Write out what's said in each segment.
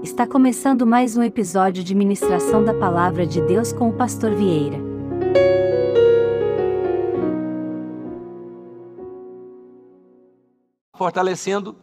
Está começando mais um episódio de ministração da Palavra de Deus com o Pastor Vieira. Fortalecendo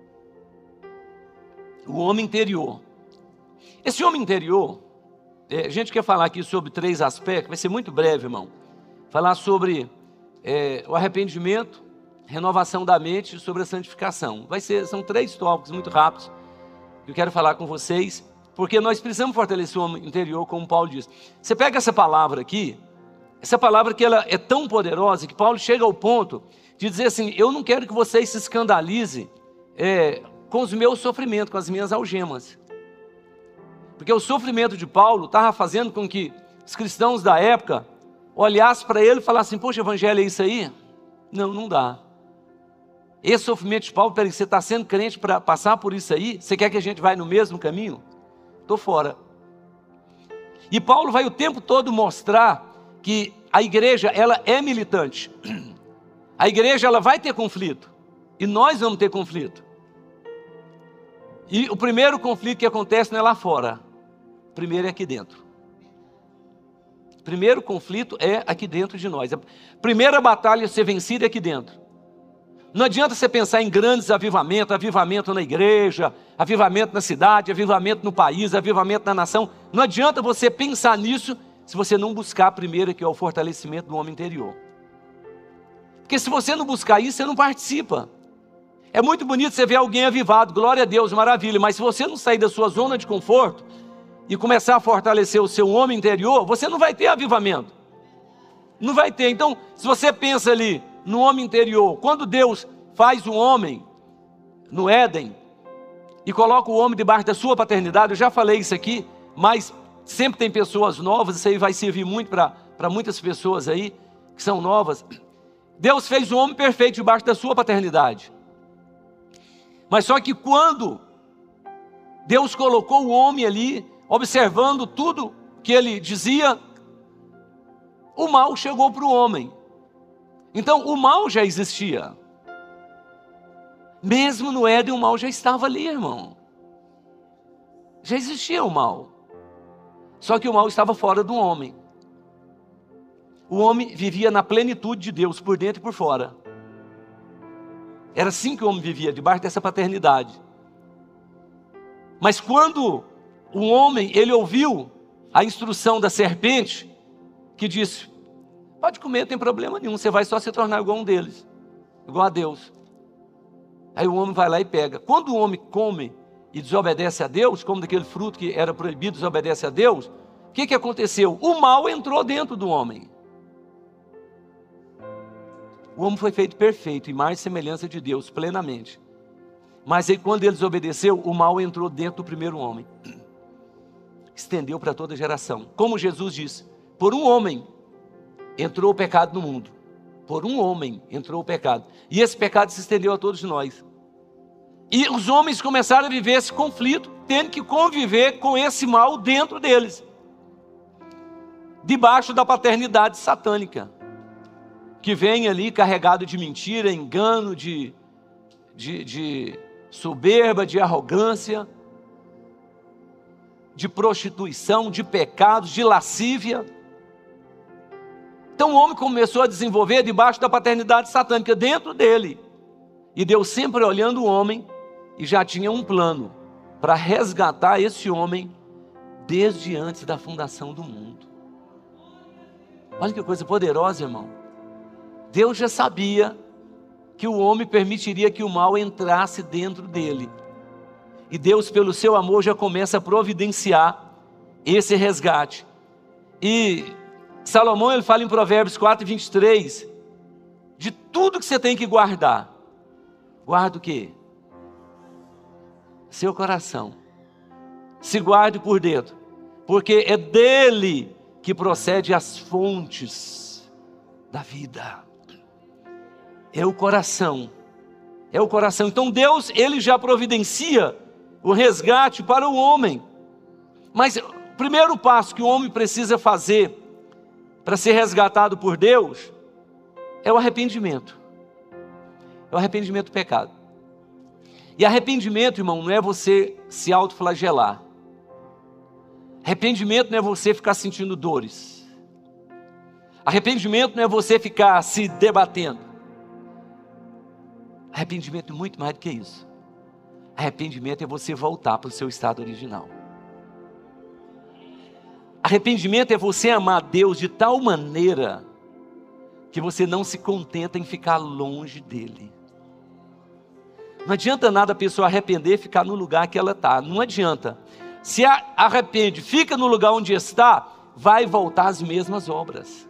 o homem interior. Esse homem interior, a gente quer falar aqui sobre 3 aspectos, vai ser muito breve, irmão. Falar sobre o arrependimento, renovação da mente e sobre a santificação. São 3 tópicos muito rápidos que eu quero falar com vocês, porque nós precisamos fortalecer o homem interior, como Paulo diz. Você pega essa palavra aqui, essa palavra que ela é tão poderosa, que Paulo chega ao ponto de dizer assim: eu não quero que vocês se escandalizem com os meus sofrimentos, com as minhas algemas. Porque o sofrimento de Paulo estava fazendo com que os cristãos da época olhassem para ele e falassem: poxa, evangelho é isso aí? Não, não dá. Esse sofrimento de Paulo, peraí, você está sendo crente para passar por isso aí? Você quer que a gente vá no mesmo caminho? Estou fora. E Paulo vai o tempo todo mostrar que a igreja, ela é militante. A igreja, ela vai ter conflito. E nós vamos ter conflito. E o primeiro conflito que acontece não é lá fora. O primeiro é aqui dentro. O primeiro conflito é aqui dentro de nós. A primeira batalha a ser vencida é aqui dentro. Não adianta você pensar em grandes avivamentos, avivamento na igreja, avivamento na cidade, avivamento no país, avivamento na nação. Não adianta você pensar nisso se você não buscar primeiro, que é o fortalecimento do homem interior. Porque se você não buscar isso, você não participa. É muito bonito você ver alguém avivado, glória a Deus, maravilha, mas se você não sair da sua zona de conforto e começar a fortalecer o seu homem interior, você não vai ter avivamento. Não vai ter. Então, se você pensa ali no homem interior, quando Deus faz o homem no Éden e coloca o homem debaixo da sua paternidade, eu já falei isso aqui, mas sempre tem pessoas novas, isso aí vai servir muito para muitas pessoas aí que são novas. Deus fez o homem perfeito debaixo da sua paternidade. Mas só que quando Deus colocou o homem ali, observando tudo que ele dizia, o mal chegou para o homem. Então o mal já existia. Mesmo no Éden o mal já estava ali, irmão. Já existia o mal. Só que o mal estava fora do homem. O homem vivia na plenitude de Deus, por dentro e por fora. Era assim que o homem vivia, debaixo dessa paternidade. Mas quando o homem, ele ouviu a instrução da serpente, que disse: pode comer, não tem problema nenhum, você vai só se tornar igual um deles, igual a Deus. Aí o homem vai lá e pega. Quando o homem come e desobedece a Deus, come daquele fruto que era proibido, desobedece a Deus, o que aconteceu? O mal entrou dentro do homem. O homem foi feito perfeito, imagem e semelhança de Deus, plenamente. Mas aí quando ele desobedeceu, o mal entrou dentro do primeiro homem. Estendeu para toda geração. Como Jesus disse: por um homem entrou o pecado no mundo. Por um homem entrou o pecado. E esse pecado se estendeu a todos nós. E os homens começaram a viver esse conflito, tendo que conviver com esse mal dentro deles. Debaixo da paternidade satânica. Que vem ali carregado de mentira, engano, de soberba, de arrogância, de prostituição, de pecados, de lascívia. Então o homem começou a desenvolver debaixo da paternidade satânica dentro dele. E Deus sempre olhando o homem e já tinha um plano para resgatar esse homem desde antes da fundação do mundo. Olha que coisa poderosa, irmão. Deus já sabia que o homem permitiria que o mal entrasse dentro dele. E Deus, pelo seu amor, já começa a providenciar esse resgate. E Salomão, ele fala em Provérbios 4:23, de tudo que você tem que guardar. Guarda o quê? Seu coração. Se guarde por dentro, porque é dele que procede as fontes da vida. É o coração. É o coração. Então Deus, ele já providencia o resgate para o homem. Mas o primeiro passo que o homem precisa fazer para ser resgatado por Deus é o arrependimento. É o arrependimento do pecado. E arrependimento, irmão, não é você se autoflagelar. Arrependimento não é você ficar sentindo dores. Arrependimento não é você ficar se debatendo. Arrependimento é muito mais do que isso. Arrependimento é você voltar para o seu estado original. Arrependimento é você amar Deus de tal maneira que você não se contenta em ficar longe dele. Não adianta nada a pessoa arrepender e ficar no lugar que ela está. Não adianta. Se arrepende, fica no lugar onde está, vai voltar às mesmas obras.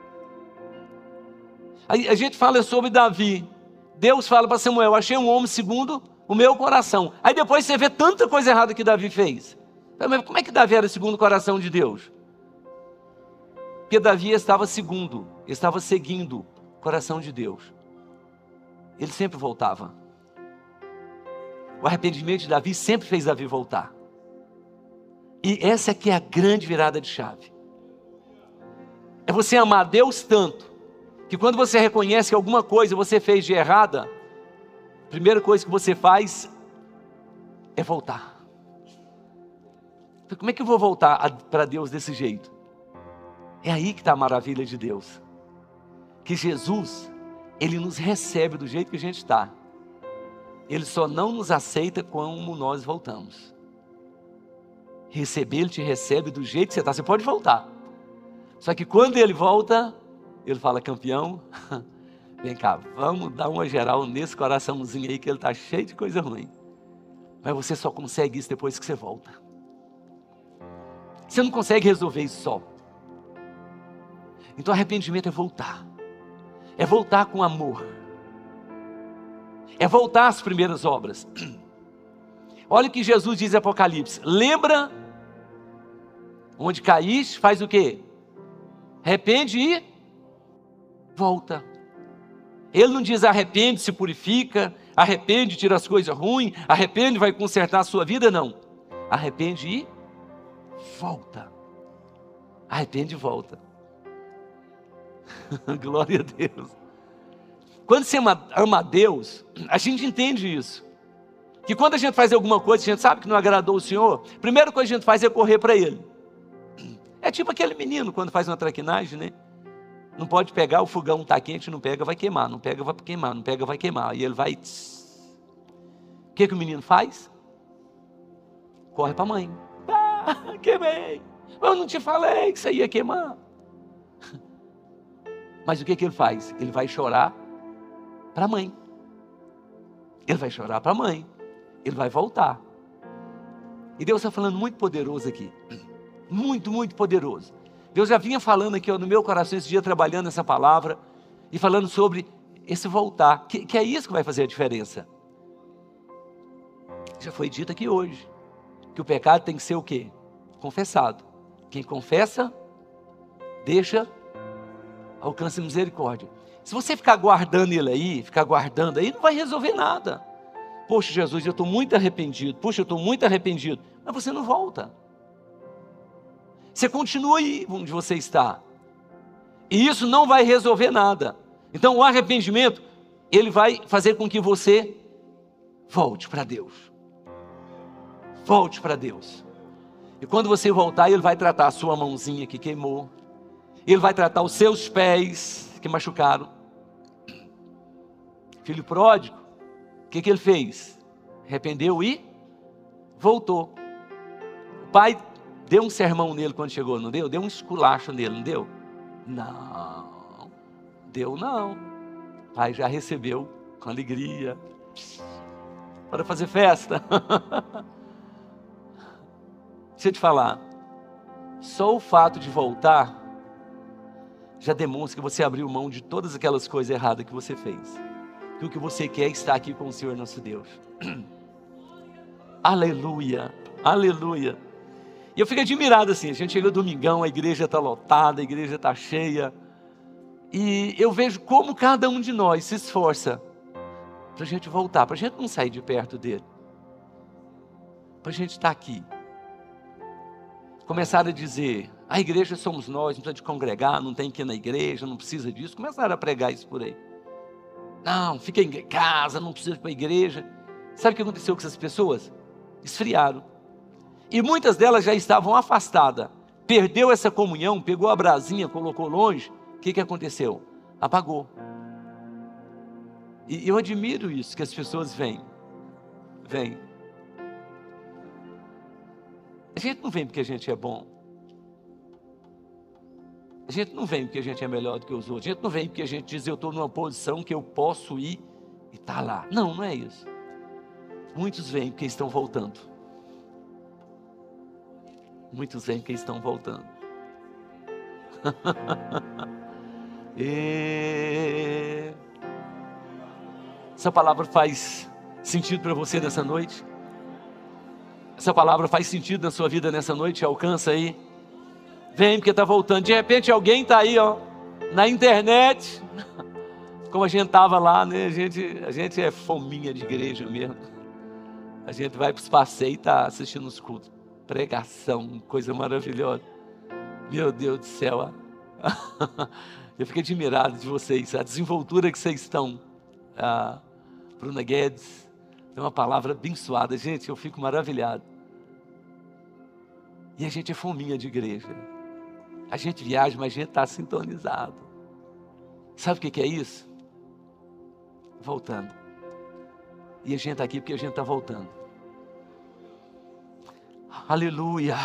A gente fala sobre Davi. Deus fala para Samuel, achei um homem segundo o meu coração. Aí depois você vê tanta coisa errada que Davi fez. Mas como é que Davi era segundo o coração de Deus? Porque Davi estava seguindo o coração de Deus. Ele sempre voltava. O arrependimento de Davi sempre fez Davi voltar. E essa aqui é a grande virada de chave. É você amar Deus tanto, que quando você reconhece que alguma coisa você fez de errada, a primeira coisa que você faz é voltar. Como é que eu vou voltar para Deus desse jeito? É aí que está a maravilha de Deus. Que Jesus, Ele nos recebe do jeito que a gente está. Ele só não nos aceita como nós voltamos. Receber, Ele te recebe do jeito que você está. Você pode voltar. Só que quando Ele volta, Ele fala, campeão, vem cá, vamos dar uma geral nesse coraçãozinho aí que ele está cheio de coisa ruim. Mas você só consegue isso depois que você volta. Você não consegue resolver isso só. Então arrependimento é voltar. É voltar com amor. É voltar às primeiras obras. Olha o que Jesus diz em Apocalipse. Lembra onde caíste, faz o quê? Arrepende e volta. Ele não diz arrepende, se purifica, arrepende, tira as coisas ruins, arrepende, vai consertar a sua vida, não. Arrepende e volta. Arrepende e volta. Glória a Deus. Quando você ama a Deus, a gente entende isso. Que quando a gente faz alguma coisa, a gente sabe que não agradou o Senhor, a primeira coisa que a gente faz é correr para Ele. É tipo aquele menino quando faz uma traquinagem, né? Não pode pegar, o fogão está quente, não pega, vai queimar. Não pega, vai queimar. Não pega, vai queimar. E ele vai... O que o menino faz? Corre para a mãe. Ah, queimei. Eu não te falei que isso ia queimar. Mas o que ele faz? Ele vai chorar para a mãe. Ele vai chorar para a mãe. Ele vai voltar. E Deus está falando muito poderoso aqui. Muito, muito poderoso. Deus já vinha falando aqui no meu coração esse dia, trabalhando essa palavra e falando sobre esse voltar, que é isso que vai fazer a diferença. Já foi dito aqui hoje, que o pecado tem que ser o quê? Confessado. Quem confessa, alcança misericórdia. Se você ficar guardando ele aí, não vai resolver nada. Poxa, Jesus, eu estou muito arrependido. Poxa, eu estou muito arrependido. Mas você não volta. Você continua aí onde você está. E isso não vai resolver nada. Então o arrependimento, ele vai fazer com que você volte para Deus. Volte para Deus. E quando você voltar, Ele vai tratar a sua mãozinha que queimou. Ele vai tratar os seus pés que machucaram. Filho pródigo, o que ele fez? Arrependeu e voltou. O pai deu um sermão nele quando chegou, não deu? Deu um esculacho nele, não deu? Não, deu não. O pai já recebeu com alegria. Para fazer festa. Deixa eu te falar. Só o fato de voltar já demonstra que você abriu mão de todas aquelas coisas erradas que você fez. Que o que você quer é estar aqui com o Senhor nosso Deus. Aleluia, aleluia. E eu fico admirado assim, a gente chega domingão, a igreja está lotada, a igreja está cheia. E eu vejo como cada um de nós se esforça para a gente voltar, para a gente não sair de perto dele. Para a gente estar aqui. Começaram a dizer, a igreja somos nós, não precisa de congregar, não tem que ir na igreja, não precisa disso. Começaram a pregar isso por aí. Não, fica em casa, não precisa ir para a igreja. Sabe o que aconteceu com essas pessoas? Esfriaram. E muitas delas já estavam afastadas. Perdeu essa comunhão, pegou a brasinha, colocou longe. O que aconteceu? Apagou. E eu admiro isso, que as pessoas vêm. A gente não vem porque a gente é bom. A gente não vem porque a gente é melhor do que os outros. A gente não vem porque a gente diz, eu estou numa posição que eu posso ir e está lá. Não é isso. Muitos vêm porque estão voltando. Muitos vêm porque estão voltando. Essa palavra faz sentido para você nessa noite? Essa palavra faz sentido na sua vida nessa noite? Alcança aí. Vem porque está voltando. De repente alguém está aí, ó, na internet. Como a gente estava lá, né? A gente é fominha de igreja mesmo. A gente vai para os passeios e está assistindo os cultos. Pregação, coisa maravilhosa. Meu Deus do céu. Ó. Eu fiquei admirado de vocês. A desenvoltura que vocês estão. Bruna Guedes. É uma palavra abençoada. Gente, eu fico maravilhado. E a gente é fominha de igreja. A gente viaja, mas a gente está sintonizado. Sabe o que é isso? Voltando. E a gente está aqui porque a gente está voltando. Aleluia.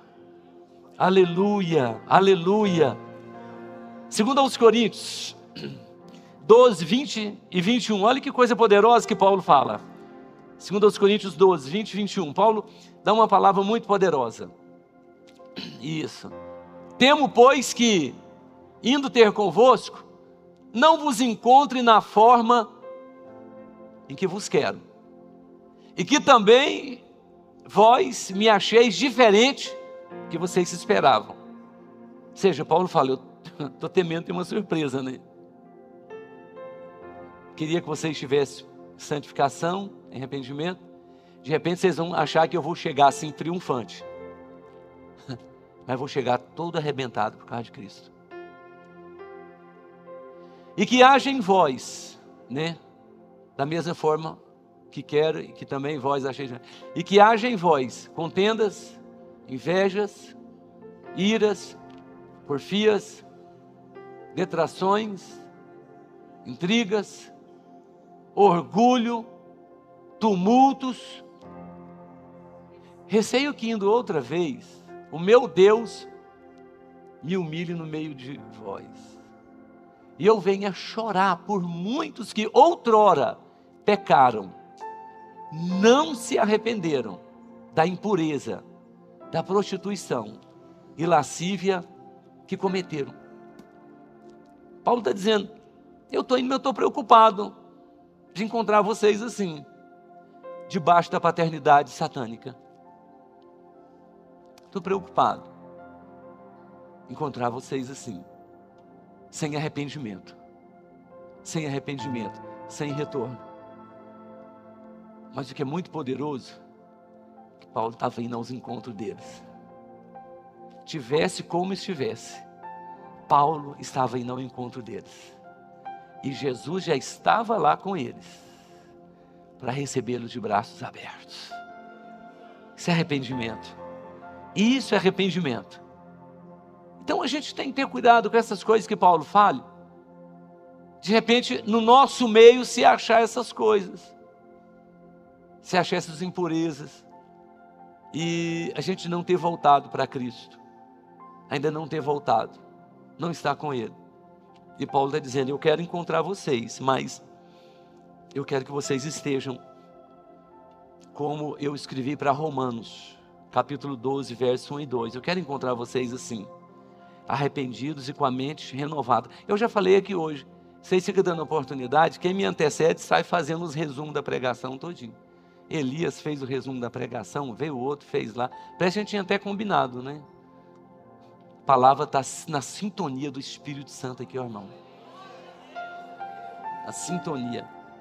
Aleluia. Aleluia. Segundo aos Coríntios 12, 20 e 21. Olha que coisa poderosa que Paulo fala. Segundo aos Coríntios 12, 20 e 21. Paulo dá uma palavra muito poderosa. Isso. Temo, pois, que, indo ter convosco, não vos encontre na forma em que vos quero. E que também vós me acheis diferente do que vocês esperavam. Ou seja, Paulo fala, eu estou temendo ter uma surpresa, né? Queria que vocês tivessem santificação, em arrependimento. De repente vocês vão achar que eu vou chegar assim triunfante. Mas vou chegar todo arrebentado por causa de Cristo. E que haja em vós, né? Da mesma forma que quero e que também vós acheis. E que haja em vós contendas, invejas, iras, porfias, detrações, intrigas, orgulho, tumultos. Receio que indo outra vez, o meu Deus me humilhe no meio de vós. E eu venha chorar por muitos que outrora pecaram, não se arrependeram da impureza, da prostituição e lascívia que cometeram. Paulo está dizendo, eu estou indo, eu estou preocupado de encontrar vocês assim, debaixo da paternidade satânica. Estou preocupado em encontrar vocês assim, sem arrependimento, sem retorno. Mas o que é muito poderoso, que Paulo estava indo aos encontros deles. Tivesse como estivesse, Paulo estava indo ao encontro deles. E Jesus já estava lá com eles, para recebê-los de braços abertos. Isso é arrependimento. Isso é arrependimento. Então a gente tem que ter cuidado com essas coisas que Paulo fala. De repente, no nosso meio, se achar essas coisas. Se achar essas impurezas. E a gente não ter voltado para Cristo. Ainda não ter voltado. Não está com Ele. E Paulo está dizendo, eu quero encontrar vocês, mas eu quero que vocês estejam como eu escrevi para Romanos. Capítulo 12, verso 1 e 2. Eu quero encontrar vocês assim, arrependidos e com a mente renovada. Eu já falei aqui hoje, vocês ficam dando oportunidade, quem me antecede sai fazendo os resumos da pregação todinho. Elias fez o resumo da pregação, veio o outro, fez lá. Parece que a gente tinha até combinado, né? A palavra está na sintonia do Espírito Santo aqui, ó, irmão. A sintonia.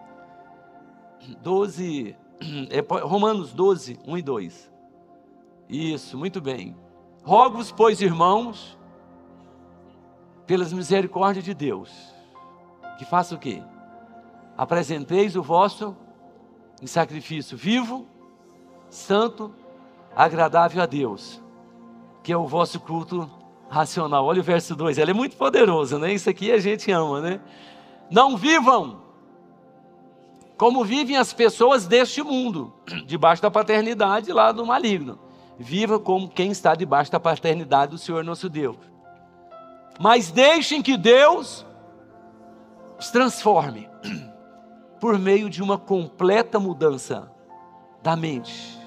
12, Romanos 12, 1 e 2. Isso, muito bem. Rogo-vos, pois, irmãos, pelas misericórdias de Deus, que faça o quê? Apresenteis o vosso em sacrifício vivo, santo, agradável a Deus, que é o vosso culto racional. Olha o verso 2, ele é muito poderoso, né? Isso aqui a gente ama, né? Não vivam como vivem as pessoas deste mundo, debaixo da paternidade lá do maligno. Viva como quem está debaixo da paternidade do Senhor nosso Deus. Mas deixem que Deus os transforme por meio de uma completa mudança da mente.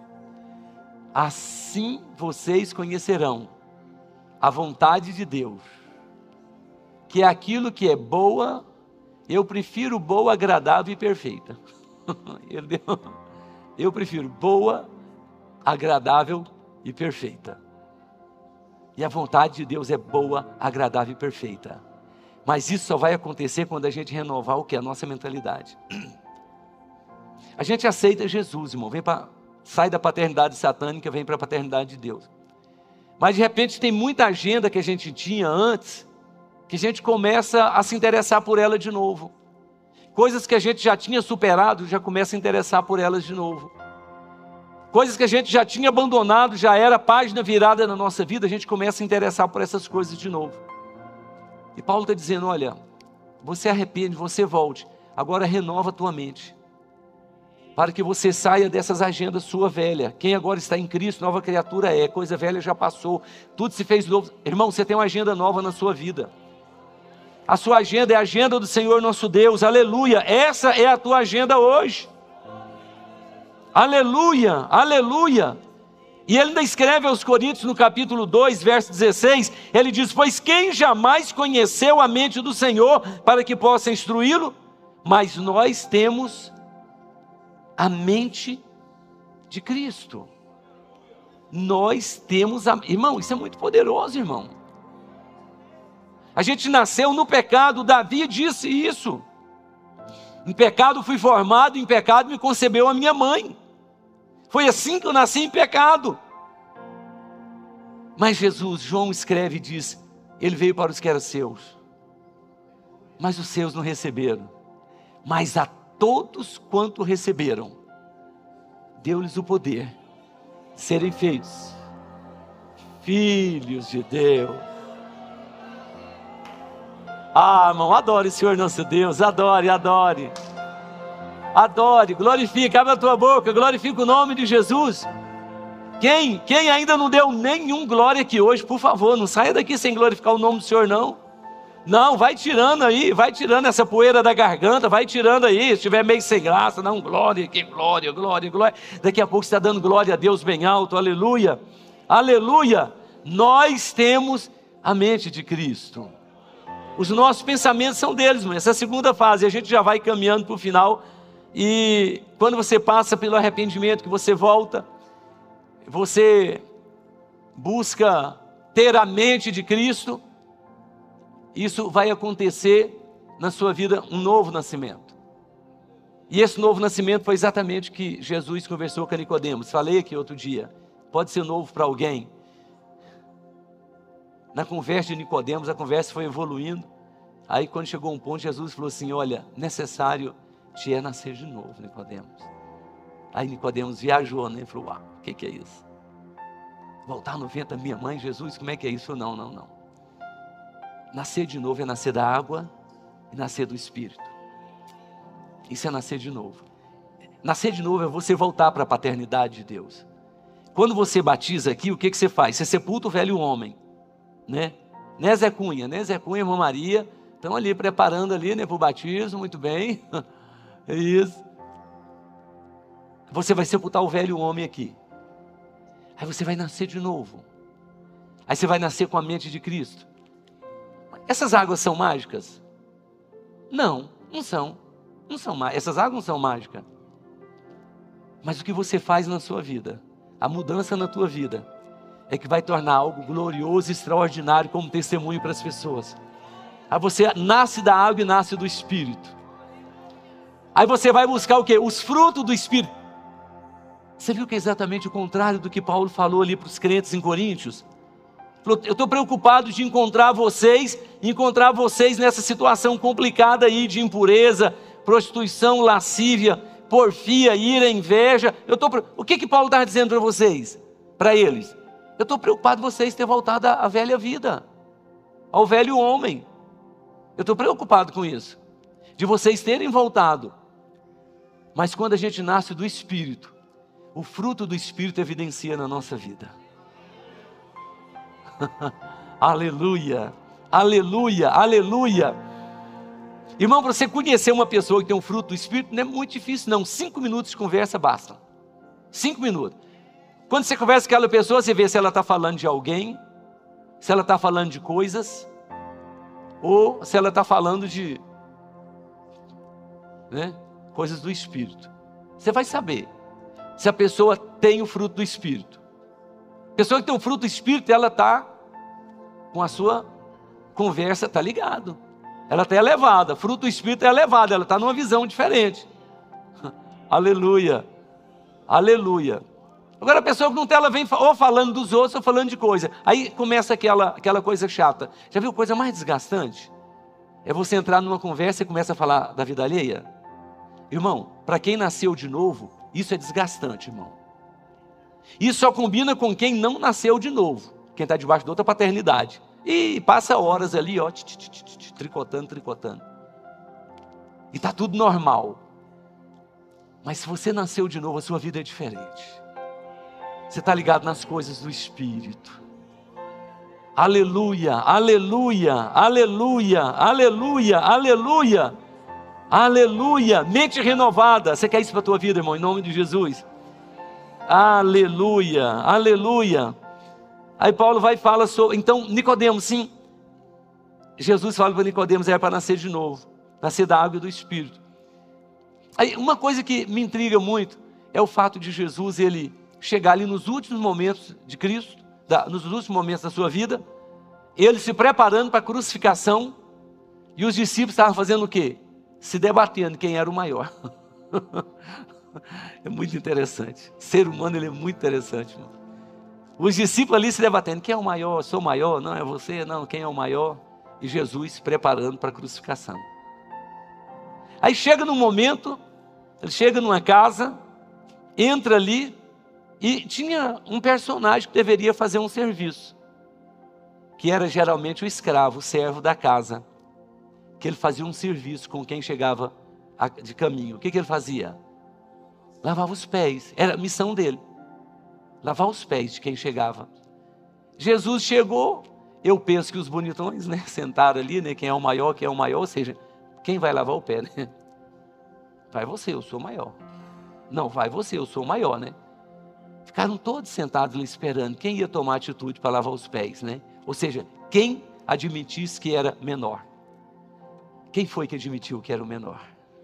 Assim vocês conhecerão a vontade de Deus, que é aquilo que é boa, eu prefiro boa, agradável e perfeita. Eu prefiro boa, agradável e perfeita. E a vontade de Deus é boa, agradável e perfeita. Mas isso só vai acontecer quando a gente renovar o que? A nossa mentalidade. A gente aceita Jesus, irmão, sai da paternidade satânica, vem para a paternidade de Deus. Mas de repente tem muita agenda que a gente tinha antes, que a gente começa a se interessar por ela de novo. Coisas que a gente já tinha superado, já começa a interessar por elas de novo. Coisas que a gente já tinha abandonado, já era página virada na nossa vida, a gente começa a interessar por essas coisas de novo. E Paulo está dizendo, olha, você arrepende, você volte, agora renova a tua mente, para que você saia dessas agendas sua velha. Quem agora está em Cristo, nova criatura é, coisa velha já passou, tudo se fez novo. Irmão, você tem uma agenda nova na sua vida. A sua agenda é a agenda do Senhor nosso Deus, aleluia, essa é a tua agenda hoje. Aleluia, aleluia. E ele ainda escreve aos Coríntios no capítulo 2, verso 16, ele diz, pois quem jamais conheceu a mente do Senhor para que possa instruí-lo? Mas nós temos a mente de Cristo. Nós temos irmão, isso é muito poderoso, irmão. A gente nasceu no pecado, Davi disse isso. Em pecado fui formado, em pecado me concebeu a minha mãe. Foi assim que eu nasci em pecado. Mas Jesus, João escreve e diz, ele veio para os que eram seus, mas os seus não receberam. Mas a todos quanto receberam, deu-lhes o poder de serem feitos filhos de Deus. Ah, irmão, adore o Senhor nosso Deus, adore, adore. Adore, glorifica, abre a tua boca, glorifica o nome de Jesus. Quem ainda não deu nenhum glória aqui hoje, por favor, não saia daqui sem glorificar o nome do Senhor, não. Não, vai tirando aí, vai tirando essa poeira da garganta, vai tirando aí, se estiver meio sem graça, não, glória, que glória, glória, glória. Daqui a pouco você está dando glória a Deus bem alto, aleluia, aleluia. Nós temos a mente de Cristo. Os nossos pensamentos são deles, mas essa segunda fase, a gente já vai caminhando para o final. E quando você passa pelo arrependimento, que você volta, você busca ter a mente de Cristo, isso vai acontecer na sua vida um novo nascimento. E esse novo nascimento foi exatamente o que Jesus conversou com Nicodemos. Falei aqui outro dia, pode ser novo para alguém. Na conversa de Nicodemos, a conversa foi evoluindo. Aí quando chegou um ponto, Jesus falou assim, olha, necessário te é nascer de novo, Nicodemos. Aí Nicodemos viajou, né? Falou, uau, o que é isso? Voltar no ventre da minha mãe, Jesus, como é que é isso? Não, não, não. Nascer de novo é nascer da água e nascer do Espírito. Isso é nascer de novo. Nascer de novo é você voltar para a paternidade de Deus. Quando você batiza aqui, o que você faz? Você sepulta o velho homem, né? Né, Zé Cunha, irmã Maria, estão ali preparando ali, né, para o batismo, muito bem. É isso. Você vai sepultar o velho homem aqui. Aí você vai nascer de novo. Aí você vai nascer com a mente de Cristo. Essas águas são mágicas? Não, não são. Não são mágicas. Essas águas não são mágicas. Mas o que você faz na sua vida, a mudança na tua vida, é que vai tornar algo glorioso e extraordinário como testemunho para as pessoas. Aí você nasce da água e nasce do Espírito. Aí você vai buscar o quê? Os frutos do Espírito. Você viu que é exatamente o contrário do que Paulo falou ali para os crentes em Coríntios? Falou, eu estou preocupado de encontrar vocês nessa situação complicada aí de impureza, prostituição, lascívia, porfia, ira, inveja. O que Paulo está dizendo para vocês? Para eles? Eu estou preocupado vocês terem voltado à velha vida, ao velho homem. Eu estou preocupado com isso, de vocês terem voltado. Mas quando a gente nasce do Espírito, o fruto do Espírito evidencia na nossa vida. Aleluia, aleluia, aleluia. Irmão, para você conhecer uma pessoa que tem um fruto do Espírito, não é muito difícil não, 5 minutos de conversa basta. 5 minutos. Quando você conversa com aquela pessoa, você vê se ela está falando de alguém, se ela está falando de coisas, ou se ela está falando de coisas do Espírito. Você vai saber se a pessoa tem o fruto do Espírito. A pessoa que tem o fruto do Espírito, ela está com a sua conversa, está ligado. Ela está elevada, fruto do Espírito é elevado, ela está numa visão diferente. Aleluia, aleluia. Agora a pessoa que não tem, ela vem ou falando dos outros ou falando de coisa. Aí começa aquela coisa chata. Já viu coisa mais desgastante? É você entrar numa conversa e começa a falar da vida alheia. Irmão, para quem nasceu de novo, isso é desgastante, irmão. Isso só combina com quem não nasceu de novo. Quem está debaixo de outra paternidade. E passa horas ali, ó, tricotando. E está tudo normal. Mas se você nasceu de novo, a sua vida é diferente. Você está ligado nas coisas do Espírito. Aleluia, aleluia, aleluia, aleluia, aleluia, aleluia. Mente renovada. Você quer isso para a tua vida, irmão, em nome de Jesus? Aleluia, aleluia. Aí Paulo vai e fala sobre... Então, Nicodemos, sim. Jesus fala para Nicodemos, era para nascer de novo. Nascer da água e do Espírito. Aí, uma coisa que me intriga muito é o fato de Jesus, ele chegar ali nos últimos momentos de Cristo, nos últimos momentos da sua vida, ele se preparando para a crucificação, e os discípulos estavam fazendo o quê? Se debatendo quem era o maior. É muito interessante. O ser humano, ele é muito interessante, irmão. Os discípulos ali se debatendo, quem é o maior? Eu sou o maior? Não, é você? Não, quem é o maior? E Jesus se preparando para a crucificação. Aí chega num momento, ele chega numa casa, entra ali, e tinha um personagem que deveria fazer um serviço, que era geralmente o escravo, o servo da casa, que ele fazia um serviço com quem chegava de caminho. O que ele fazia? Lavava os pés, era a missão dele. Lavar os pés de quem chegava. Jesus chegou, eu penso que os bonitões, sentaram ali, quem é o maior, ou seja, quem vai lavar o pé, Vai você, eu sou o maior. Não, vai você, eu sou o maior, Ficaram todos sentados ali esperando quem ia tomar atitude para lavar os pés, Ou seja, quem admitisse que era menor. Quem foi que admitiu que era o menor?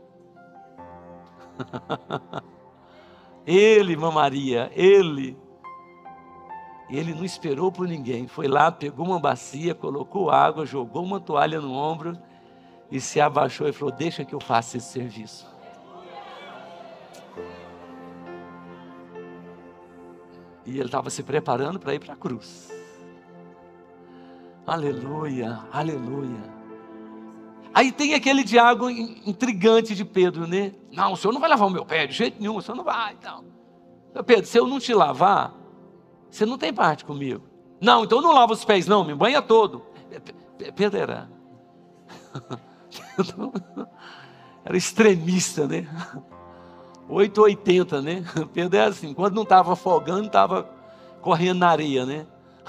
Ele, irmã Maria, ele não esperou por ninguém, foi lá, pegou uma bacia, colocou água, jogou uma toalha no ombro e se abaixou e falou, deixa que eu faça esse serviço. E ele estava se preparando para ir para a cruz. Aleluia, aleluia. Aí tem aquele diálogo intrigante de Pedro, Não, o senhor não vai lavar o meu pé de jeito nenhum, o senhor não vai, então. Pedro, se eu não te lavar, você não tem parte comigo. Não, então eu não lavo os pés não, me banha todo. Pedro era extremista, 880, Pedro é assim, quando não estava afogando, estava correndo na areia,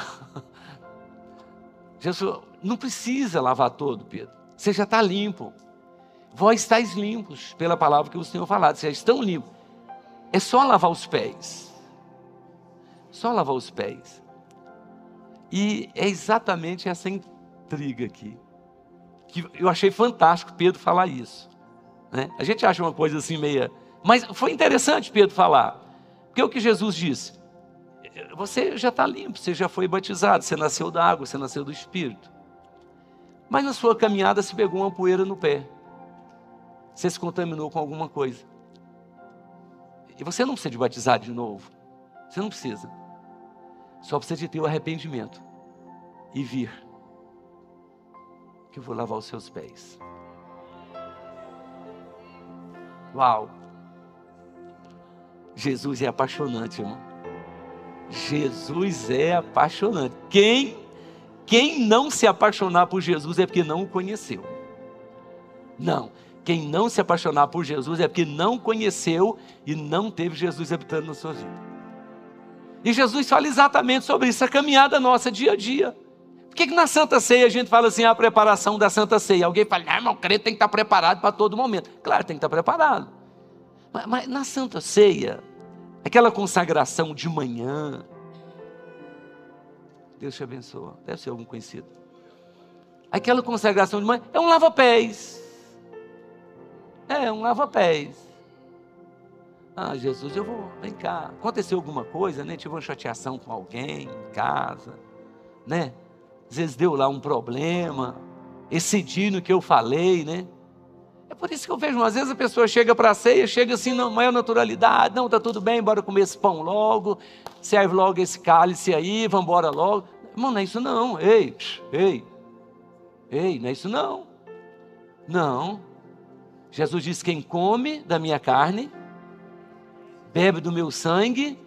Jesus, não precisa lavar todo, Pedro. Você já está limpo. Vós estáis limpos pela palavra que o Senhor falou. Vocês já estão limpos. É só lavar os pés. Só lavar os pés. E é exatamente essa intriga aqui. Que eu achei fantástico Pedro falar isso. A gente acha uma coisa assim meia... Mas foi interessante Pedro falar. Porque o que Jesus disse? Você já está limpo, você já foi batizado, você nasceu da água, você nasceu do Espírito. Mas na sua caminhada se pegou uma poeira no pé. Você se contaminou com alguma coisa. E você não precisa de batizar de novo. Você não precisa. Só precisa de ter o arrependimento. E vir. Que eu vou lavar os seus pés. Uau. Jesus é apaixonante, irmão. Jesus é apaixonante. Quem não se apaixonar por Jesus é porque não o conheceu. Não. Quem não se apaixonar por Jesus é porque não conheceu e não teve Jesus habitando na sua vida. E Jesus fala exatamente sobre isso, a caminhada nossa dia a dia. Por que na Santa Ceia a gente fala assim, a preparação da Santa Ceia? Alguém fala, irmão, o crente tem que estar preparado para todo momento. Claro, tem que estar preparado. Mas na Santa Ceia, aquela consagração de manhã, Deus te abençoe, deve ser algum conhecido. Aquela consagração de manhã é um lava-pés. É um lava-pés. Ah, Jesus, vem cá. Aconteceu alguma coisa, né? Tive uma chateação com alguém em casa, né? Às vezes deu lá um problema, excedi no que eu falei, né? É por isso que eu vejo, às vezes a pessoa chega para a ceia, chega assim na maior naturalidade, não, tá tudo bem, bora comer esse pão logo, serve logo esse cálice aí, vamos embora logo. Irmão, não é isso não, ei, não é isso não. Não. Jesus disse, quem come da minha carne, bebe do meu sangue,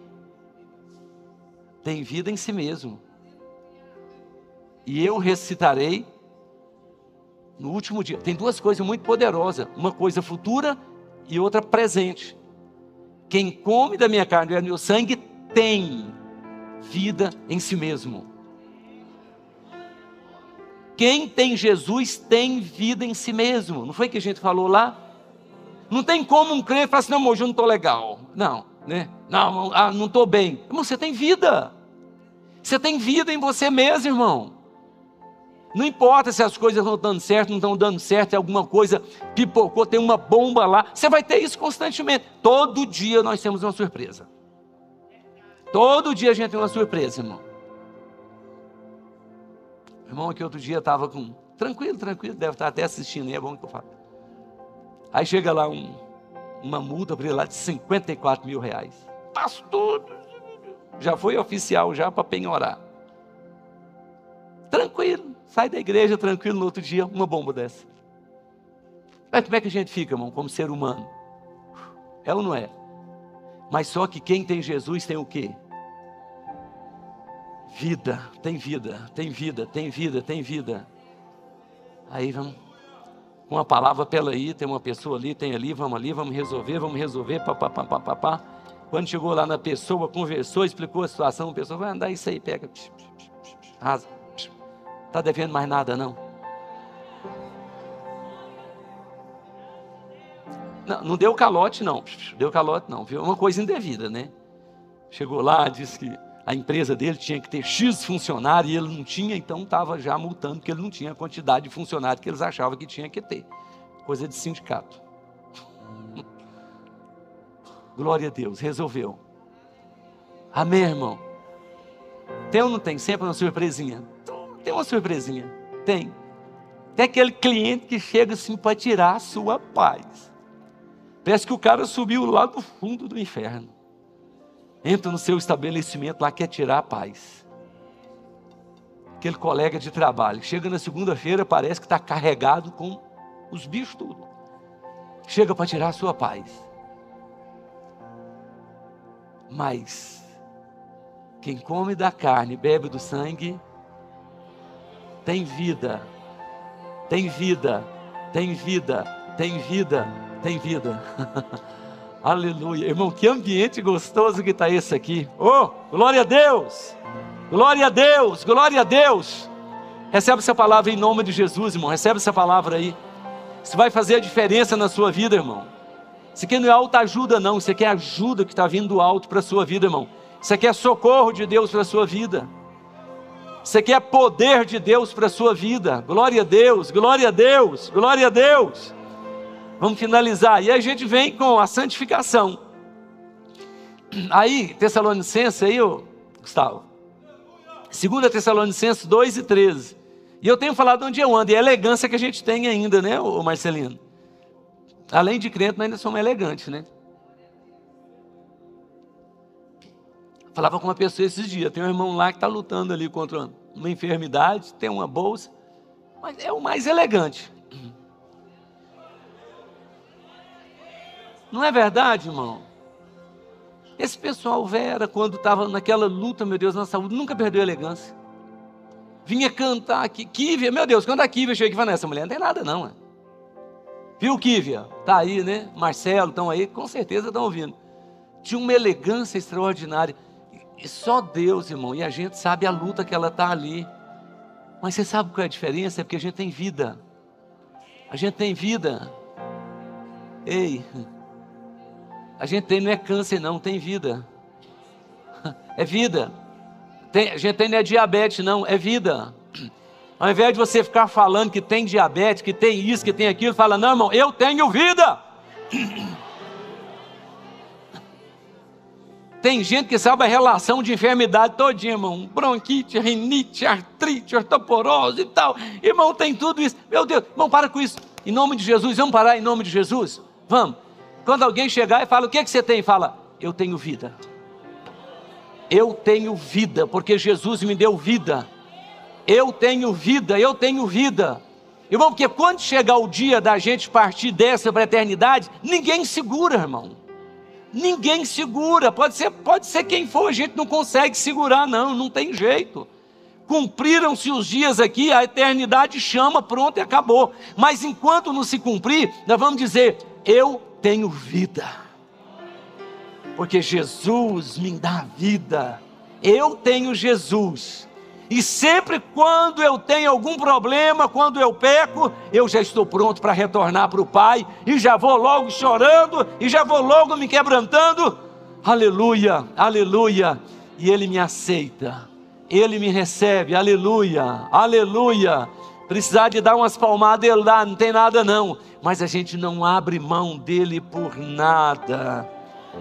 tem vida em si mesmo. E eu ressuscitarei no último dia. Tem duas coisas muito poderosas, uma coisa futura e outra presente. Quem come da minha carne e do meu sangue tem vida em si mesmo. Quem tem Jesus tem vida em si mesmo. Não foi que a gente falou lá? Não tem como um crente falar assim, não, hoje eu não estou legal. Não, né? Não estou bem. Irmão, você tem vida. Você tem vida em você mesmo, irmão. Não importa se as coisas não estão dando certo, não estão dando certo, é alguma coisa pipocou, tem uma bomba lá. Você vai ter isso constantemente. Todo dia nós temos uma surpresa. Todo dia a gente tem uma surpresa, irmão. Irmão, aqui outro dia estava com... Tranquilo, deve estar até assistindo, é bom que eu falo. Aí chega lá uma multa para ele lá de 54 mil reais. Pastor, já foi oficial já para penhorar. Tranquilo, sai da igreja tranquilo, no outro dia, uma bomba dessa. Mas como é que a gente fica, irmão, como ser humano? É ou não é? Mas só que quem tem Jesus tem o quê? Vida, tem vida, tem vida, tem vida, tem vida. Aí vamos, com a palavra pela aí, tem uma pessoa ali, tem ali, vamos resolver, papapá. Quando chegou lá na pessoa, conversou, explicou a situação, a pessoa vai andar isso aí, pega, rasa. Está devendo mais nada não? Não deu calote não, viu? Uma coisa indevida, né? Chegou lá, disse que a empresa dele tinha que ter X funcionário e ele não tinha, então estava já multando, porque ele não tinha a quantidade de funcionário que eles achavam que tinha que ter. Coisa de sindicato. Glória a Deus, resolveu. Amém, irmão? Tem ou não tem? Sempre uma surpresinha. Tem uma surpresinha. Tem aquele cliente que chega assim para tirar a sua paz. Parece que o cara subiu lá do fundo do inferno. Entra no seu estabelecimento lá, quer tirar a paz. Aquele colega de trabalho, chega na segunda-feira, parece que está carregado com os bichos tudo. Chega para tirar a sua paz. Mas, quem come da carne e bebe do sangue, tem vida, tem vida, tem vida, tem vida, tem vida. Aleluia, irmão, que ambiente gostoso que está esse aqui. Oh, glória a Deus, glória a Deus, glória a Deus. Recebe essa palavra em nome de Jesus, irmão, recebe essa palavra aí. Isso vai fazer a diferença na sua vida, irmão. Isso aqui não é autoajuda não, isso aqui é ajuda que está vindo do alto para a sua vida, irmão. Isso aqui é socorro de Deus para a sua vida. Isso aqui é poder de Deus para a sua vida. Glória a Deus, glória a Deus, glória a Deus. Vamos finalizar. E aí a gente vem com a santificação. Aí, Tessalonicenses, aí, Gustavo. 2 Tessalonicenses 2:13. E eu tenho falado onde eu ando. E a elegância que a gente tem ainda, né, Marcelino? Além de crente, nós ainda somos elegantes, né? Falava com uma pessoa esses dias. Tem um irmão lá que está lutando ali contra uma enfermidade. Tem uma bolsa. Mas é o mais elegante. Não é verdade, irmão? Esse pessoal, Vera, quando estava naquela luta, meu Deus, na saúde, nunca perdeu a elegância. Vinha cantar aqui, Kívia, meu Deus, quando a Kívia chega aqui, fala, essa mulher não tem nada não, né? Viu, Kívia? Tá aí, né? Marcelo, estão aí, com certeza estão ouvindo. Tinha uma elegância extraordinária. E só Deus, irmão, e a gente sabe a luta que ela está ali. Mas você sabe qual é a diferença? É porque a gente tem vida. A gente tem vida. Ei, a gente tem, não é câncer não, tem vida. É vida. A gente tem não é diabetes não, é vida. Ao invés de você ficar falando que tem diabetes, que tem isso, que tem aquilo, fala, não, irmão, eu tenho vida. Tem gente que sabe a relação de enfermidade todinha, irmão. Bronquite, rinite, artrite, osteoporose e tal. Irmão, tem tudo isso. Meu Deus, irmão, para com isso. Em nome de Jesus, vamos parar em nome de Jesus? Vamos. Quando alguém chegar e fala, o que você tem? Fala, eu tenho vida. Eu tenho vida, porque Jesus me deu vida. Eu tenho vida, eu tenho vida. Irmão, porque quando chegar o dia da gente partir dessa para a eternidade, ninguém segura, irmão. Ninguém segura, pode ser quem for, a gente não consegue segurar não tem jeito. Cumpriram-se os dias aqui, a eternidade chama, pronto e acabou. Mas enquanto não se cumprir, nós vamos dizer, eu tenho vida. Porque Jesus me dá vida. Eu tenho Jesus. E sempre quando eu tenho algum problema, quando eu peco, eu já estou pronto para retornar para o Pai, e já vou logo chorando, e já vou logo me quebrantando, aleluia, aleluia, e Ele me aceita, Ele me recebe, aleluia, aleluia. Precisar de dar umas palmadas, Ele dá, não tem nada não, mas a gente não abre mão dEle por nada,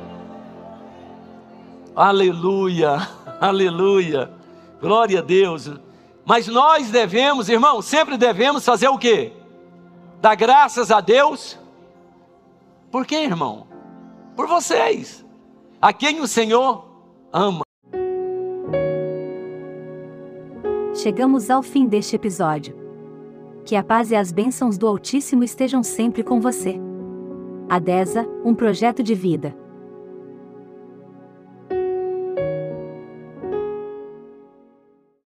aleluia, aleluia. Glória a Deus. Mas nós devemos, irmão, sempre devemos fazer o quê? Dar graças a Deus. Por quê, irmão? Por vocês, a quem o Senhor ama. Chegamos ao fim deste episódio. Que a paz e as bênçãos do Altíssimo estejam sempre com você. Adesa, um projeto de vida.